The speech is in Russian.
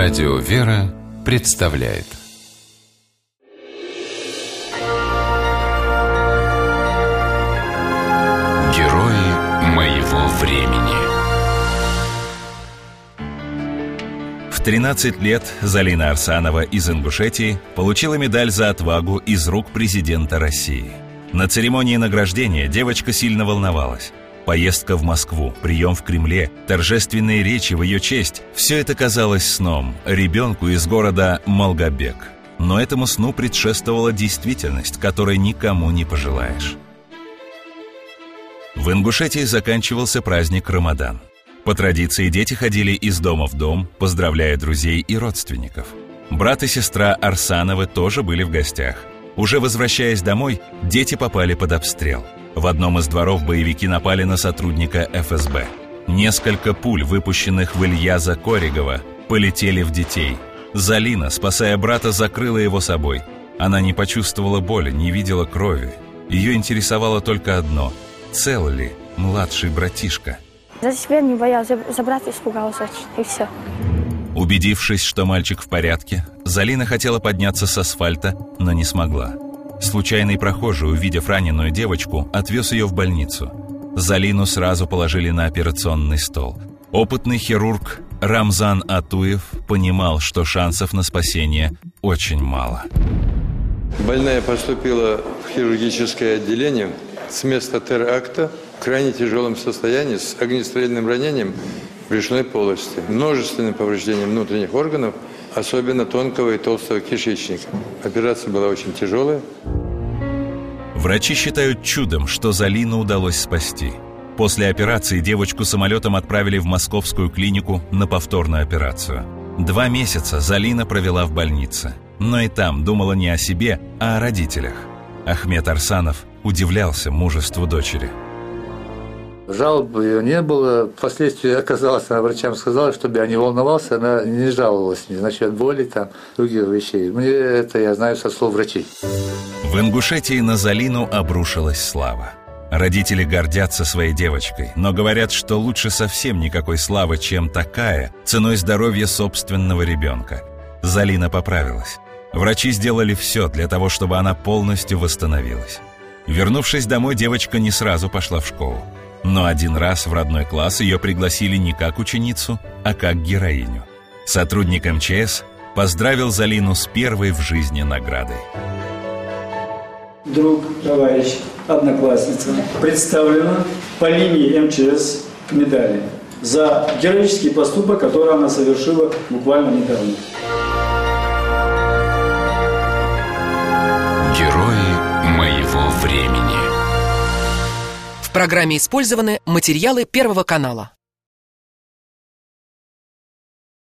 Радио «Вера» представляет Герои моего времени. В 13 лет Залина Арсанова из Ингушетии получила медаль за отвагу из рук президента России. На церемонии награждения девочка сильно волновалась. Поездка в Москву, прием в Кремле, торжественные речи в ее честь – все это казалось сном ребенку из города Малгобек. Но этому сну предшествовала действительность, которой никому не пожелаешь. В Ингушетии заканчивался праздник Рамадан. По традиции дети ходили из дома в дом, поздравляя друзей и родственников. Брат и сестра Арсановы тоже были в гостях. Уже возвращаясь домой, дети попали под обстрел. В одном из дворов боевики напали на сотрудника ФСБ. Несколько пуль, выпущенных в Ильяза Коригова, полетели в детей. Залина, спасая брата, закрыла его собой. Она не почувствовала боли, не видела крови. Ее интересовало только одно – цел ли младший братишка? За себя не боялся, за брата испугался очень, и все. Убедившись, что мальчик в порядке, Залина хотела подняться с асфальта, но не смогла. Случайный прохожий, увидев раненую девочку, отвез ее в больницу. Залину сразу положили на операционный стол. Опытный хирург Рамзан Атуев понимал, что шансов на спасение очень мало. Больная поступила в хирургическое отделение с места теракта в крайне тяжелом состоянии с огнестрельным ранением брюшной полости, множественным повреждением внутренних органов, особенно тонкого и толстого кишечника. Операция была очень тяжелая. Врачи считают чудом, что Залину удалось спасти. После операции девочку самолетом отправили в московскую клинику на повторную операцию. 2 месяца Залина провела в больнице. Но и там думала не о себе, а о родителях. Ахмед Арсанов удивлялся мужеству дочери. Жалоб ее не было. Впоследствии оказалось, она врачам сказала, чтобы я не волновался, она не жаловалась ни насчет боли, там, других вещей. Мне это я знаю со слов врачей. В Ингушетии на Залину обрушилась слава. Родители гордятся своей девочкой, но говорят, что лучше совсем никакой славы, чем такая, ценой здоровья собственного ребенка. Залина поправилась. Врачи сделали все для того, чтобы она полностью восстановилась. Вернувшись домой, девочка не сразу пошла в школу. Но один раз в родной класс ее пригласили не как ученицу, а как героиню. Сотрудник МЧС поздравил Залину с первой в жизни наградой. Друг, товарищ, одноклассница представлена по линии МЧС к медали за героический поступок, который она совершила буквально недавно. Герои моего времени. В программе использованы материалы Первого канала.